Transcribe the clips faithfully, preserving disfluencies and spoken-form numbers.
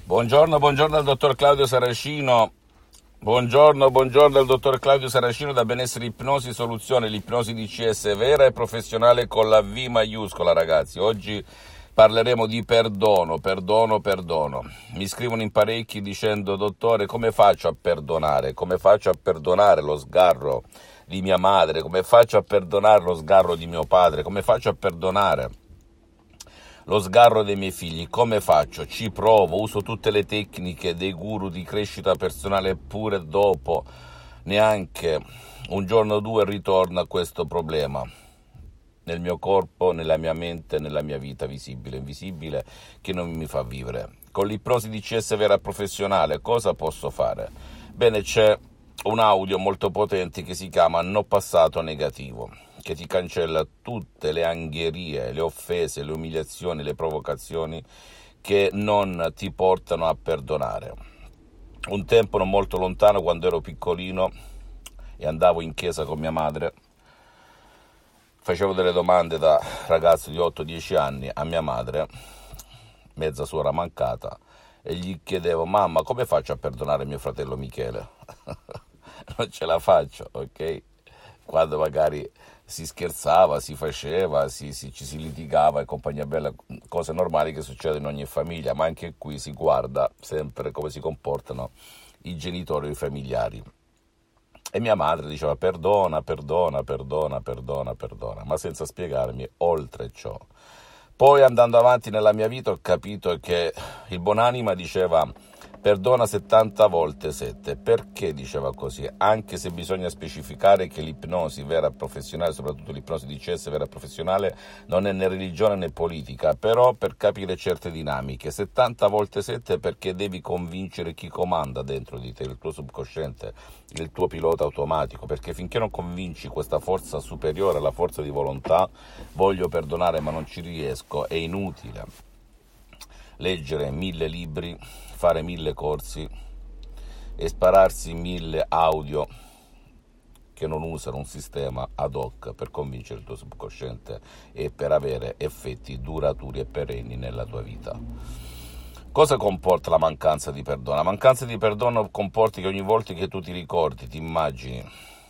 Buongiorno, buongiorno al dottor Claudio Saracino. Buongiorno, buongiorno al dottor Claudio Saracino da Benessere Ipnosi Soluzione, l'ipnosi D C S vera e professionale con la V maiuscola, ragazzi. Oggi parleremo di perdono, perdono, perdono. Mi scrivono in parecchi dicendo: dottore, come faccio a perdonare? Come faccio a perdonare lo sgarro di mia madre? Come faccio a perdonare lo sgarro di mio padre? Come faccio a perdonare lo sgarro dei miei figli? Come faccio? Ci provo, uso tutte le tecniche dei guru di crescita personale, eppure dopo neanche un giorno o due ritorno a questo problema. Nel mio corpo, nella mia mente, nella mia vita visibile e invisibile che non mi fa vivere. Con l'ipnosi D C S vera professionale cosa posso fare? Bene, c'è un audio molto potente che si chiama No passato negativo, che ti cancella tutte le angherie, le offese, le umiliazioni, le provocazioni che non ti portano a perdonare. Un tempo non molto lontano, quando ero piccolino e andavo in chiesa con mia madre, facevo delle domande da ragazzo di otto dieci anni a mia madre, mezza suora mancata, e gli chiedevo: mamma, come faccio a perdonare mio fratello Michele? Non ce la faccio, ok? Quando magari si scherzava, si faceva, si, si, ci si litigava e compagnia bella, cose normali che succedono in ogni famiglia, ma anche qui si guarda sempre come si comportano i genitori o i familiari. E mia madre diceva: perdona, perdona, perdona, perdona, perdona, ma senza spiegarmi oltre ciò. Poi, andando avanti nella mia vita, ho capito che il buonanima diceva: perdona settanta volte sette. Perché diceva così? Anche se bisogna specificare che l'ipnosi vera professionale, soprattutto l'ipnosi D C S vera professionale, non è né religione né politica, però per capire certe dinamiche. settanta volte sette perché devi convincere chi comanda dentro di te, il tuo subconsciente, il tuo pilota automatico, perché finché non convinci questa forza superiore alla forza di volontà, voglio perdonare ma non ci riesco, è inutile leggere mille libri, fare mille corsi e spararsi mille audio che non usano un sistema ad hoc per convincere il tuo subconsciente e per avere effetti duraturi e perenni nella tua vita. Cosa comporta la mancanza di perdono? La mancanza di perdono comporta che ogni volta che tu ti ricordi, ti immagini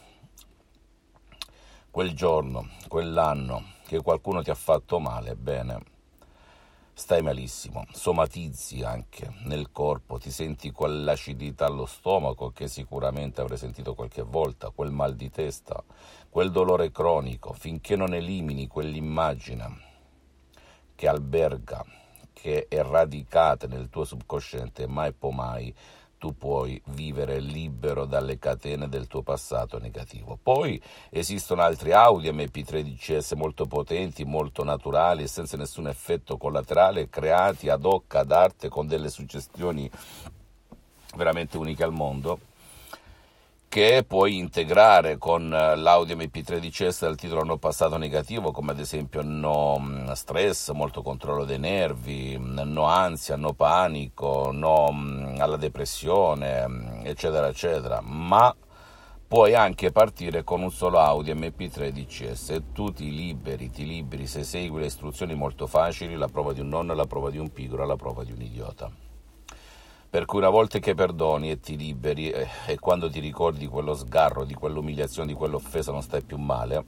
quel giorno, quell'anno che qualcuno ti ha fatto male, bene, stai malissimo, somatizzi anche nel corpo, ti senti quell'acidità allo stomaco che sicuramente avrai sentito qualche volta, quel mal di testa, quel dolore cronico, finché non elimini quell'immagine che alberga, che è radicata nel tuo subconsciente, mai poi mai tu puoi vivere libero dalle catene del tuo passato negativo. Poi esistono altri audio M P tre D C S molto potenti, molto naturali e senza nessun effetto collaterale, creati ad hoc, ad arte, con delle suggestioni veramente uniche al mondo, che puoi integrare con l'audio M P tre D C S dal titolo No passato negativo, come ad esempio no stress, molto controllo dei nervi, no ansia, no panico, no alla depressione, eccetera, eccetera. Ma puoi anche partire con un solo audio M P tre D C S e tu ti liberi, ti liberi se segui le istruzioni molto facili, la prova di un nonno, la prova di un pigro, la prova di un idiota. Per cui una volta che perdoni e ti liberi, eh, e quando ti ricordi di quello sgarro, di quell'umiliazione, di quell'offesa, non stai più male,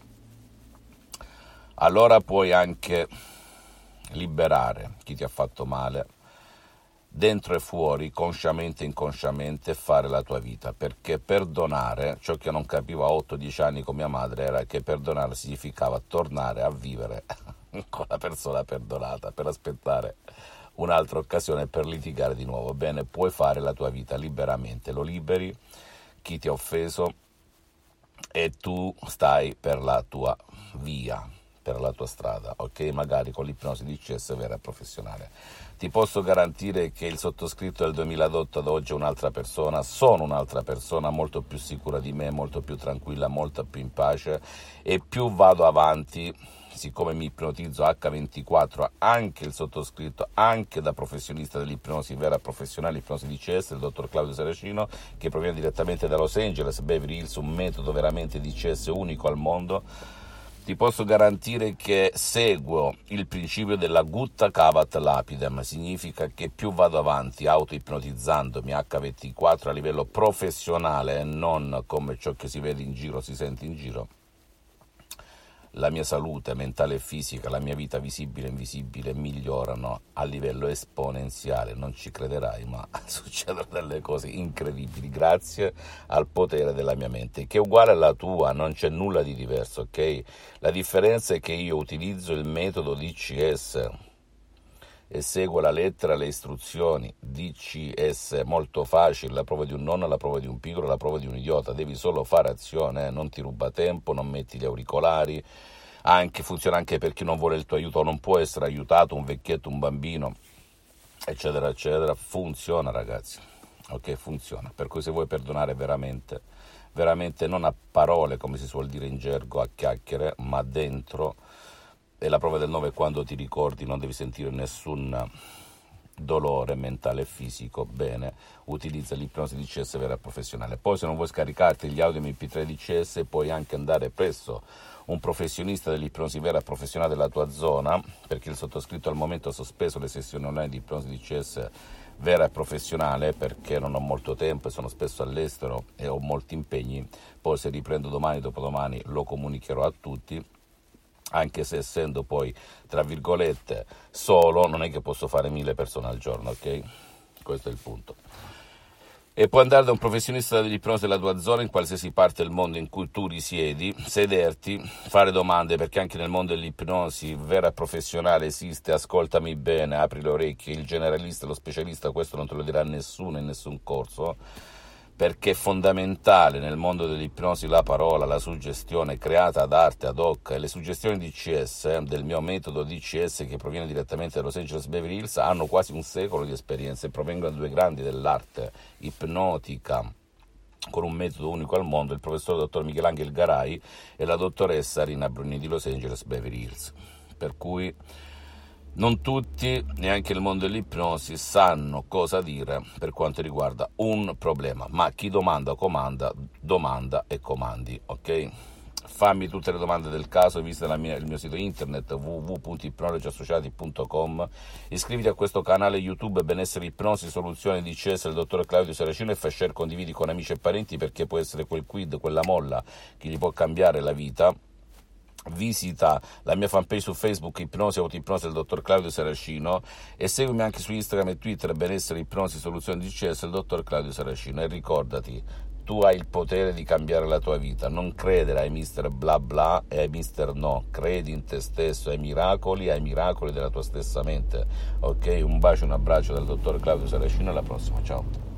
allora puoi anche liberare chi ti ha fatto male, dentro e fuori, consciamente e inconsciamente, fare la tua vita. Perché perdonare, ciò che non capivo a otto dieci anni con mia madre, era che perdonare significava tornare a vivere con la persona perdonata, per aspettare un'altra occasione per litigare di nuovo. Bene, puoi fare la tua vita liberamente, lo liberi chi ti ha offeso e tu stai per la tua via, per la tua strada, ok? Magari con l'ipnosi D C S vera e professionale. Ti posso garantire che il sottoscritto del duemiladotto ad oggi è un'altra persona, sono un'altra persona molto più sicura di me, molto più tranquilla, molto più in pace, e più vado avanti, siccome mi ipnotizzo acca ventiquattro, anche il sottoscritto, anche da professionista dell'ipnosi vera professionale, ipnosi D C S, il dottor Claudio Saracino, che proviene direttamente da Los Angeles, Beverly Hills, un metodo veramente D C S unico al mondo. ti posso garantire che seguo il principio della gutta cavat lapidem, significa che più vado avanti auto-ipnotizzandomi acca ventiquattro a livello professionale e non come ciò che si vede in giro, si sente in giro, la mia salute mentale e fisica, la mia vita visibile e invisibile migliorano a livello esponenziale. Non ci crederai, ma succedono delle cose incredibili grazie al potere della mia mente, che è uguale alla tua, non c'è nulla di diverso, ok? La differenza è che io utilizzo il metodo D C S e seguo la lettera, le istruzioni. D C S, molto facile, la prova di un nonno, la prova di un piccolo, la prova di un idiota, devi solo fare azione, eh? Non ti ruba tempo, non metti gli auricolari, anche, funziona anche per chi non vuole il tuo aiuto o non può essere aiutato, un vecchietto, un bambino, eccetera, eccetera, funziona ragazzi, ok, funziona, per cui se vuoi perdonare veramente, veramente non a parole, come si suol dire in gergo, a chiacchiere, ma dentro. E la prova del nove è quando ti ricordi, non devi sentire nessun dolore mentale e fisico, bene, utilizza l'ipnosi D C S vera professionale. Poi se non vuoi scaricarti gli audio M P tre D C S puoi anche andare presso un professionista dell'ipnosi vera professionale della tua zona, perché il sottoscritto al momento ha sospeso le sessioni online di ipnosi D C S vera e professionale perché non ho molto tempo e sono spesso all'estero e ho molti impegni. Poi se riprendo domani, dopodomani lo comunicherò a tutti, anche se essendo poi, tra virgolette, solo, non è che posso fare mille persone al giorno, ok? Questo è il punto. E puoi andare da un professionista dell'ipnosi della tua zona, in qualsiasi parte del mondo in cui tu risiedi, sederti, fare domande, perché anche nel mondo dell'ipnosi vera e professionale esiste, ascoltami bene, apri le orecchie, il generalista, lo specialista, questo non te lo dirà nessuno in nessun corso, perché è fondamentale nel mondo dell'ipnosi la parola, la suggestione creata ad arte, ad hoc, e le suggestioni D C S, del mio metodo D C S che proviene direttamente da Los Angeles Beverly Hills, hanno quasi un secolo di esperienza e provengono da due grandi dell'arte ipnotica con un metodo unico al mondo, il professor dottor Michelangelo Garai e la dottoressa Rina Bruni di Los Angeles Beverly Hills. Per cui non tutti, neanche il mondo dell'ipnosi, sanno cosa dire per quanto riguarda un problema, ma chi domanda comanda, domanda e comandi, ok? Fammi tutte le domande del caso, visita la mia, il mio sito internet w w w punto ipnologiassociati punto com, iscriviti a questo canale YouTube Benessere Ipnosi Soluzione D C S del dottor Claudio Saracino e fai share, condividi con amici e parenti, perché può essere quel quid, quella molla che gli può cambiare la vita. Visita la mia fanpage su Facebook Ipnosi Autoipnosi del dottor Claudio Saracino e seguimi anche su Instagram e Twitter Benessere Ipnosi Soluzione D C S del dottor Claudio Saracino. E ricordati, tu hai il potere di cambiare la tua vita, non credere ai mister bla bla e ai mister no, credi in te stesso, ai miracoli, ai miracoli della tua stessa mente, ok? Un bacio, un abbraccio dal dottor Claudio Saracino, alla prossima, ciao.